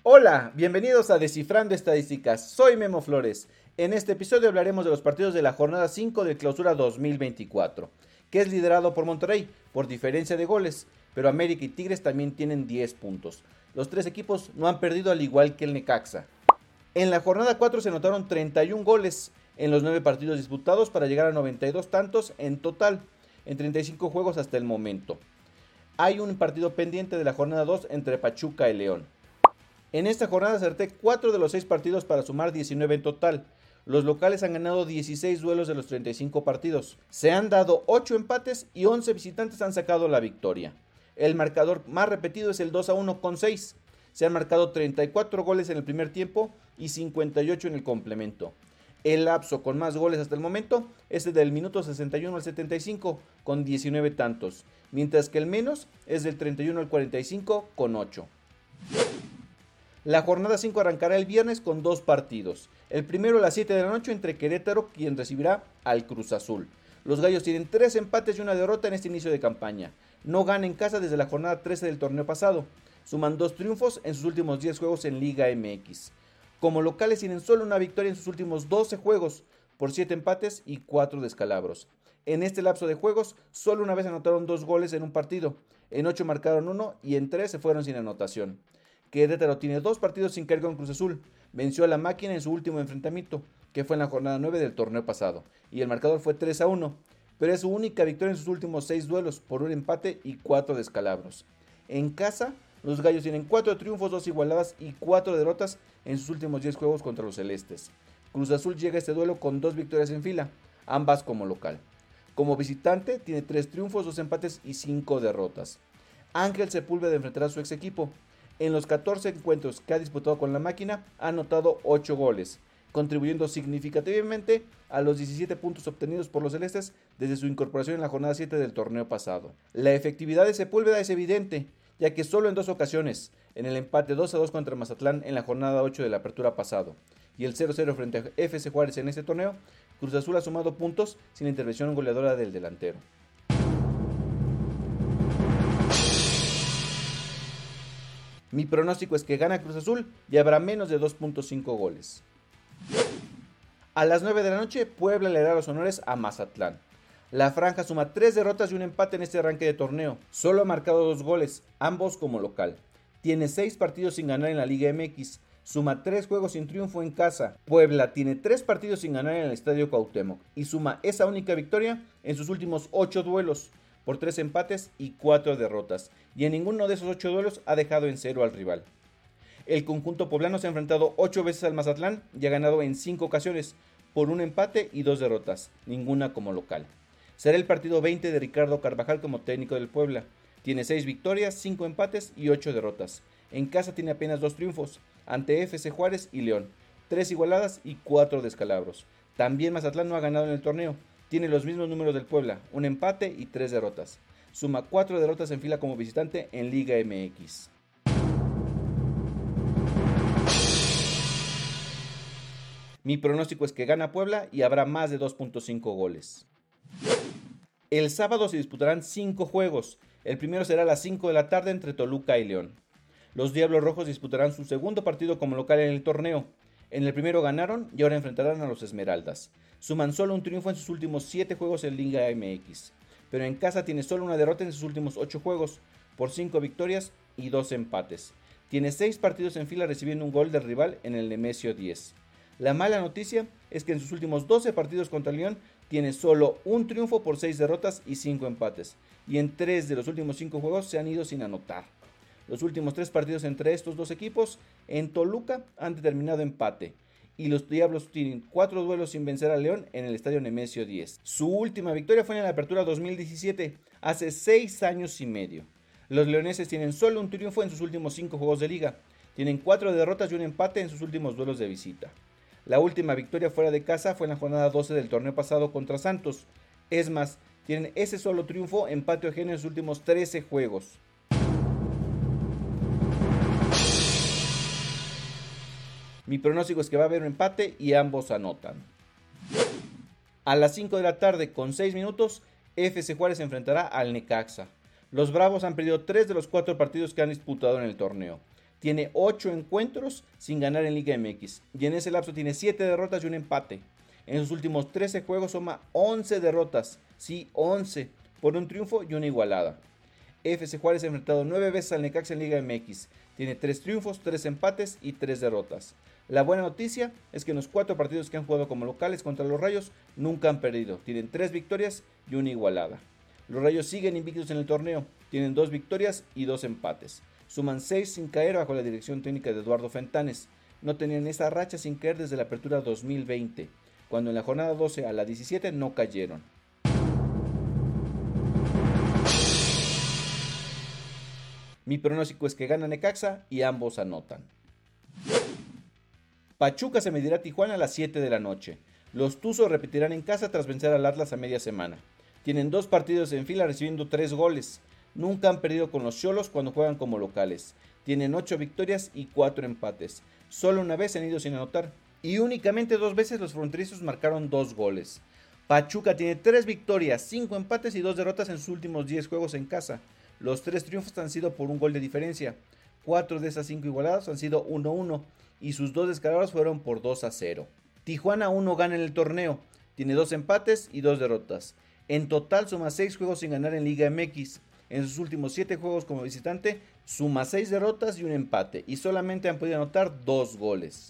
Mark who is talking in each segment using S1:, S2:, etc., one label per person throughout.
S1: Hola, bienvenidos a Descifrando Estadísticas, soy Memo Flores. En este episodio hablaremos de los partidos de la jornada 5 del Clausura 2024, que es liderado por Monterrey, por diferencia de goles, pero América y Tigres también tienen 10 puntos. Los tres equipos no han perdido al igual que el Necaxa. En la jornada 4 se anotaron 31 goles en los 9 partidos disputados para llegar a 92 tantos en total, en 35 juegos hasta el momento. Hay un partido pendiente de la jornada 2 entre Pachuca y León. En esta jornada acerté 4 de los 6 partidos para sumar 19 en total. Los locales han ganado 16 duelos de los 35 partidos. Se han dado 8 empates y 11 visitantes han sacado la victoria. El marcador más repetido es el 2-1 con 6. Se han marcado 34 goles en el primer tiempo y 58 en el complemento. El lapso con más goles hasta el momento es el del minuto 61 al 75 con 19 tantos, mientras que el menos es del 31 al 45 con 8. La jornada 5 arrancará el viernes con 2 partidos. El primero a las 7 de la noche entre Querétaro, quien recibirá al Cruz Azul. Los gallos tienen 3 empates y una derrota en este inicio de campaña. No gana en casa desde la jornada 13 del torneo pasado. Suman 2 triunfos en sus últimos 10 juegos en Liga MX. Como locales tienen solo una victoria en sus últimos 12 juegos, por 7 empates y 4 descalabros. En este lapso de juegos, solo una vez anotaron 2 goles en un partido. En 8 marcaron 1 y en 3 se fueron sin anotación. Querétaro tiene 2 partidos sin caer con Cruz Azul. Venció a la máquina en su último enfrentamiento, que fue en la jornada 9 del torneo pasado, y el marcador fue 3-1, pero es su única victoria en sus últimos 6 duelos, por un empate y 4 descalabros. En casa, los gallos tienen 4 triunfos, 2 igualadas y 4 derrotas en sus últimos 10 juegos contra los celestes. Cruz Azul llega a este duelo con 2 victorias en fila, ambas como local. Como visitante, tiene 3 triunfos, 2 empates y 5 derrotas. Ángel Sepúlveda enfrentará a su ex equipo. En los 14 encuentros que ha disputado con la máquina, ha anotado 8 goles, contribuyendo significativamente a los 17 puntos obtenidos por los celestes desde su incorporación en la jornada 7 del torneo pasado. La efectividad de Sepúlveda es evidente, ya que solo en 2 ocasiones, en el empate 2-2 contra Mazatlán en la jornada 8 de la apertura pasado, y el 0-0 frente a FC Juárez en este torneo, Cruz Azul ha sumado puntos sin la intervención goleadora del delantero. Mi pronóstico es que gana Cruz Azul y habrá menos de 2.5 goles. A las 9 de la noche, Puebla le dará los honores a Mazatlán. La franja suma 3 derrotas y un empate en este arranque de torneo. Solo ha marcado 2 goles, ambos como local. Tiene 6 partidos sin ganar en la Liga MX. Suma 3 juegos sin triunfo en casa. Puebla tiene 3 partidos sin ganar en el Estadio Cuauhtémoc y suma esa única victoria en sus últimos 8 duelos, por 3 empates y 4 derrotas, y en ninguno de esos 8 duelos ha dejado en 0 al rival. El conjunto poblano se ha enfrentado 8 veces al Mazatlán y ha ganado en 5 ocasiones, por un empate y 2 derrotas, ninguna como local. Será el partido 20 de Ricardo Carvajal como técnico del Puebla. Tiene 6 victorias, 5 empates y 8 derrotas. En casa tiene apenas 2 triunfos, ante FC Juárez y León, 3 igualadas y 4 descalabros. También Mazatlán no ha ganado en el torneo. Tiene los mismos números del Puebla, un empate y 3 derrotas. Suma 4 derrotas en fila como visitante en Liga MX. Mi pronóstico es que gana Puebla y habrá más de 2.5 goles. El sábado se disputarán 5 juegos. El primero será a las 5 de la tarde entre Toluca y León. Los Diablos Rojos disputarán su segundo partido como local en el torneo. En el primero ganaron y ahora enfrentarán a los Esmeraldas. Suman solo un triunfo en sus últimos 7 juegos en Liga MX, pero en casa tiene solo una derrota en sus últimos 8 juegos, por 5 victorias y 2 empates. Tiene 6 partidos en fila recibiendo un gol del rival en el Nemesio 10. La mala noticia es que en sus últimos 12 partidos contra León tiene solo un triunfo por 6 derrotas y 5 empates, y en 3 de los últimos 5 juegos se han ido sin anotar. Los últimos 3 partidos entre estos dos equipos en Toluca han determinado empate, y los Diablos tienen 4 duelos sin vencer a León en el Estadio Nemesio 10. Su última victoria fue en la Apertura 2017, hace 6 años y medio. Los leoneses tienen solo un triunfo en sus últimos 5 juegos de liga, tienen 4 derrotas y un empate en sus últimos duelos de visita. La última victoria fuera de casa fue en la jornada 12 del torneo pasado contra Santos. Es más, tienen ese solo triunfo en patio ajeno en sus últimos 13 juegos. Mi pronóstico es que va a haber un empate y ambos anotan. A las 5 de la tarde con 6 minutos, FC Juárez se enfrentará al Necaxa. Los Bravos han perdido 3 de los 4 partidos que han disputado en el torneo. tiene 8 encuentros sin ganar en Liga MX y en ese lapso tiene 7 derrotas y un empate. En sus últimos 13 juegos suma 11 derrotas, sí 11, por un triunfo y una igualada. FC Juárez ha enfrentado 9 veces al Necaxa en Liga MX, tiene 3 triunfos, 3 empates y 3 derrotas. La buena noticia es que en los 4 partidos que han jugado como locales contra los Rayos nunca han perdido, tienen 3 victorias y una igualada. Los Rayos siguen invictos en el torneo, tienen 2 victorias y 2 empates. Suman 6 sin caer bajo la dirección técnica de Eduardo Fentanes. No tenían esa racha sin caer desde la apertura 2020, cuando en la jornada 12 a la 17 no cayeron. Mi pronóstico es que gana Necaxa y ambos anotan. Pachuca se medirá a Tijuana a las 7 de la noche. Los Tuzos repetirán en casa tras vencer al Atlas a media semana. Tienen 2 partidos en fila recibiendo 3 goles. Nunca han perdido con los Xolos cuando juegan como locales. Tienen 8 victorias y 4 empates. Solo una vez han ido sin anotar. Y únicamente 2 veces los fronterizos marcaron 2 goles. Pachuca tiene 3 victorias, 5 empates y 2 derrotas en sus últimos 10 juegos en casa. Los 3 triunfos han sido por un gol de diferencia. 4 de esas 5 igualadas han sido 1-1 y sus 2 descalabrados fueron por 2-0. Tijuana aún no gana en el torneo. Tiene 2 empates y 2 derrotas. En total suma 6 juegos sin ganar en Liga MX. En sus últimos 7 juegos como visitante suma 6 derrotas y un empate y solamente han podido anotar 2 goles.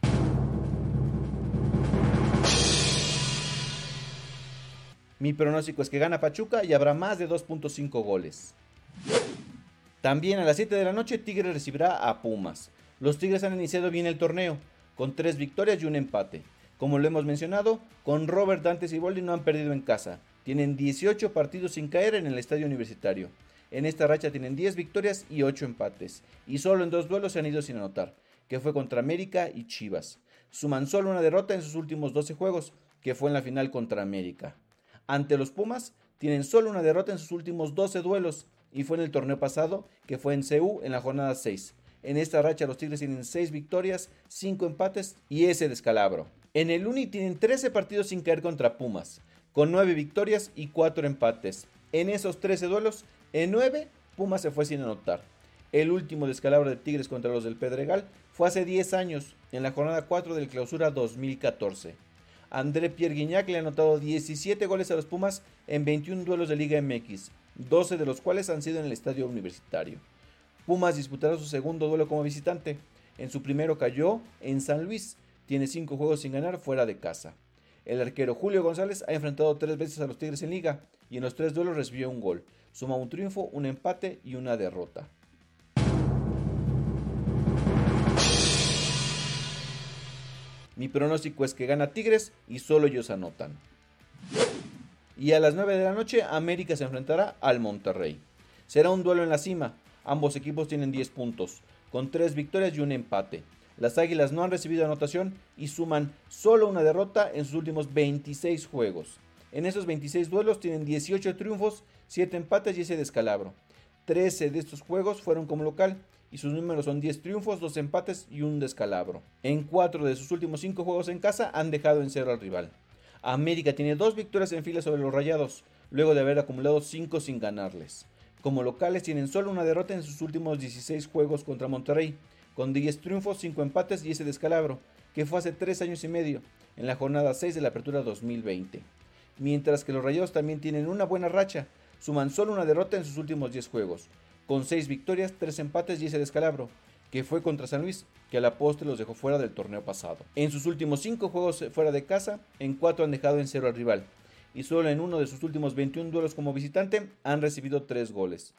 S1: Mi pronóstico es que gana Pachuca y habrá más de 2.5 goles. También a las 7 de la noche Tigres recibirá a Pumas. Los Tigres han iniciado bien el torneo, con 3 victorias y un empate. Como lo hemos mencionado, con Robert Dante Siboldi no han perdido en casa. Tienen 18 partidos sin caer en el estadio universitario. En esta racha tienen 10 victorias y 8 empates. Y solo en 2 duelos se han ido sin anotar, que fue contra América y Chivas. Suman solo una derrota en sus últimos 12 juegos, que fue en la final contra América. Ante los Pumas, tienen solo una derrota en sus últimos 12 duelos, y fue en el torneo pasado, que fue en CU en la jornada 6. En esta racha los Tigres tienen 6 victorias, 5 empates y ese descalabro. En el Uni tienen 13 partidos sin caer contra Pumas, con 9 victorias y 4 empates. En esos 13 duelos, en 9 Pumas se fue sin anotar. El último descalabro de Tigres contra los del Pedregal fue hace 10 años, en la jornada 4 del Clausura 2014. André Pierre Guignac le ha anotado 17 goles a los Pumas en 21 duelos de Liga MX, 12 de los cuales han sido en el estadio universitario. Pumas disputará su segundo duelo como visitante. En su primero cayó en San Luis. Tiene 5 juegos sin ganar fuera de casa. El arquero Julio González ha enfrentado 3 veces a los Tigres en Liga y en los 3 duelos recibió un gol. Suma un triunfo, un empate y una derrota. Mi pronóstico es que gana Tigres y solo ellos anotan. Y a las 9 de la noche América se enfrentará al Monterrey. Será un duelo en la cima. Ambos equipos tienen 10 puntos, con 3 victorias y un empate. Las Águilas no han recibido anotación y suman solo una derrota en sus últimos 26 juegos. En esos 26 duelos tienen 18 triunfos, 7 empates y ese descalabro. 13 de estos juegos fueron como local y sus números son 10 triunfos, 2 empates y un descalabro. En 4 de sus últimos 5 juegos en casa han dejado en 0 al rival. América tiene 2 victorias en fila sobre los Rayados, luego de haber acumulado 5 sin ganarles. Como locales tienen solo una derrota en sus últimos 16 juegos contra Monterrey, con 10 triunfos, 5 empates y ese descalabro, que fue hace 3 años y medio, en la jornada 6 de la apertura 2020. Mientras que los Rayados también tienen una buena racha, suman solo una derrota en sus últimos 10 juegos, con 6 victorias, 3 empates y ese descalabro, que fue contra San Luis, que a la postre los dejó fuera del torneo pasado. En sus últimos 5 juegos fuera de casa, en 4 han dejado en 0 al rival, y solo en uno de sus últimos 21 duelos como visitante han recibido 3 goles.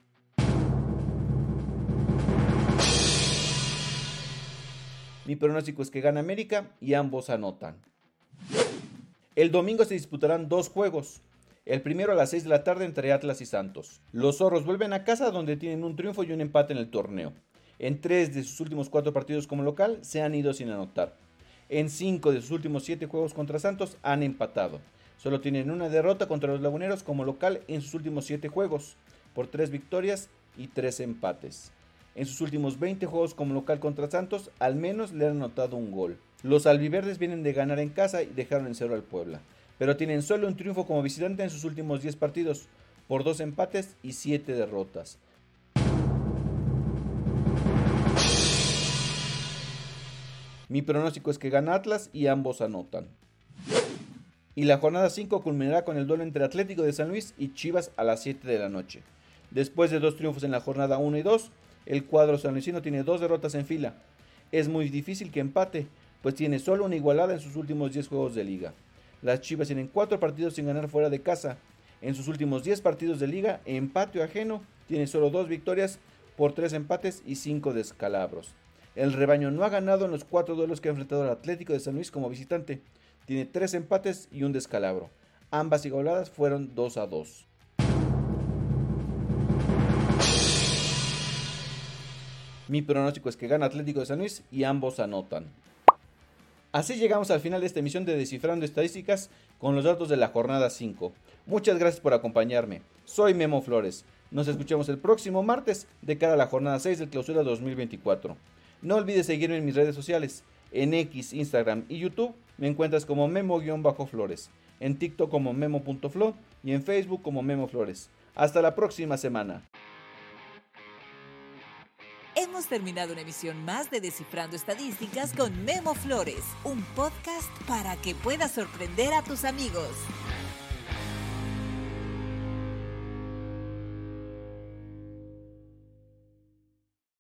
S1: Mi pronóstico es que gana América y ambos anotan. El domingo se disputarán 2 juegos. El primero a las 6 de la tarde entre Atlas y Santos. Los zorros vuelven a casa donde tienen un triunfo y un empate en el torneo. En 3 de sus últimos 4 partidos como local se han ido sin anotar. En 5 de sus últimos 7 juegos contra Santos han empatado. Solo tienen una derrota contra los laguneros como local en sus últimos 7 juegos, por 3 victorias y 3 empates. En sus últimos 20 juegos como local contra Santos, al menos le han anotado un gol. Los albiverdes vienen de ganar en casa y dejaron en 0 al Puebla, pero tienen solo un triunfo como visitante en sus últimos 10 partidos, por 2 empates y 7 derrotas. Mi pronóstico es que gana Atlas y ambos anotan. Y la jornada 5 culminará con el duelo entre Atlético de San Luis y Chivas a las 7 de la noche. Después de 2 triunfos en la jornada 1 y 2, el cuadro sanluisino tiene 2 derrotas en fila. Es muy difícil que empate, pues tiene solo una igualada en sus últimos 10 juegos de liga. Las Chivas tienen 4 partidos sin ganar fuera de casa. En sus últimos 10 partidos de liga, empate o ajeno, tiene solo 2 victorias por 3 empates y 5 descalabros. El rebaño no ha ganado en los 4 duelos que ha enfrentado al Atlético de San Luis como visitante. Tiene 3 empates y un descalabro. Ambas igualadas fueron 2-2. Mi pronóstico es que gana Atlético de San Luis y ambos anotan. Así llegamos al final de esta emisión de Descifrando Estadísticas con los datos de la jornada 5. Muchas gracias por acompañarme. Soy Memo Flores. Nos escuchamos el próximo martes de cara a la jornada 6 del Clausura 2024. No olvides seguirme en mis redes sociales. En X, Instagram y YouTube me encuentras como Memo-Flores. En TikTok como Memo.flo y en Facebook como Memo Flores. Hasta la próxima semana.
S2: Hemos terminado una emisión más de Descifrando Estadísticas con Memo Flores, un podcast para que puedas sorprender a tus amigos.